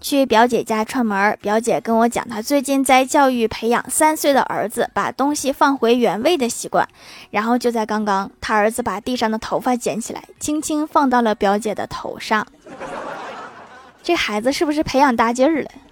去表姐家串门，表姐跟我讲她最近在教育培养3岁的儿子把东西放回原位的习惯，然后就在刚刚，他儿子把地上的头发捡起来轻轻放到了表姐的头上。这孩子是不是培养大劲儿了？